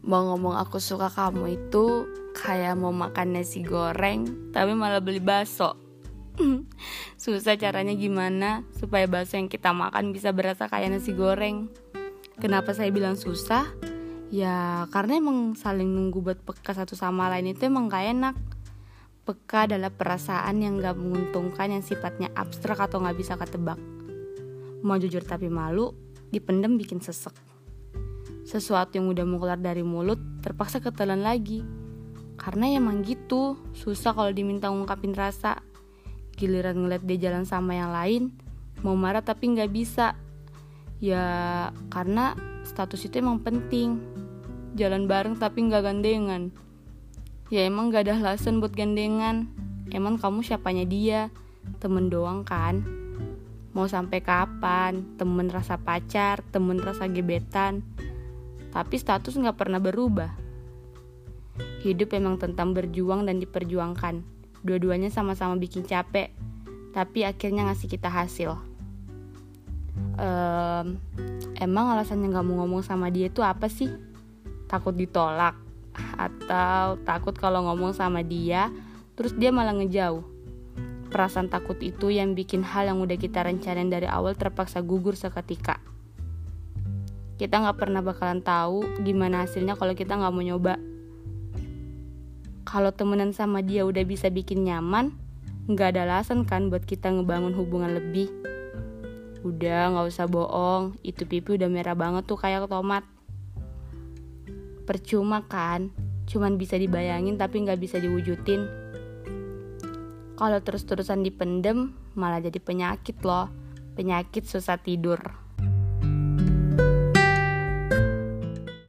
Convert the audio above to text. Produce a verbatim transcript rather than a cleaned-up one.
Mau ngomong aku suka kamu itu kayak mau makan nasi goreng tapi malah beli bakso. Susah caranya gimana supaya bakso yang kita makan bisa berasa kayak nasi goreng. Kenapa saya bilang susah? Ya karena emang saling nunggu buat peka satu sama lain itu emang gak enak. Peka adalah perasaan yang gak menguntungkan, yang sifatnya abstrak atau gak bisa ketebak. Mau jujur tapi malu, dipendam bikin sesek. Sesuatu yang udah mau keluar dari mulut terpaksa ketelan lagi. Karena emang gitu, susah kalau diminta ngungkapin rasa. Giliran ngeliat dia jalan sama yang lain, mau marah tapi gak bisa. Ya karena status itu emang penting. Jalan bareng tapi gak gandengan. Ya emang gak ada alasan buat gandengan. Emang kamu siapanya dia? Temen doang kan? Mau sampai kapan? Temen rasa pacar, temen rasa gebetan. Tapi status gak pernah berubah. Hidup emang tentang berjuang dan diperjuangkan. Dua-duanya sama-sama bikin capek, tapi akhirnya ngasih kita hasil. um, Emang alasannya gak mau ngomong sama dia itu apa sih? Takut ditolak? Atau takut kalau ngomong sama dia terus dia malah ngejauh? Perasaan takut itu yang bikin hal yang udah kita rencanain dari awal terpaksa gugur seketika. Kita gak pernah bakalan tahu gimana hasilnya kalau kita gak mau nyoba. Kalau temenan sama dia udah bisa bikin nyaman, gak ada alasan kan buat kita ngebangun hubungan lebih. Udah gak usah bohong, itu pipi udah merah banget tuh kayak tomat. Percuma kan, cuman bisa dibayangin tapi gak bisa diwujudin. Kalau terus-terusan dipendem, malah jadi penyakit loh. Penyakit susah tidur.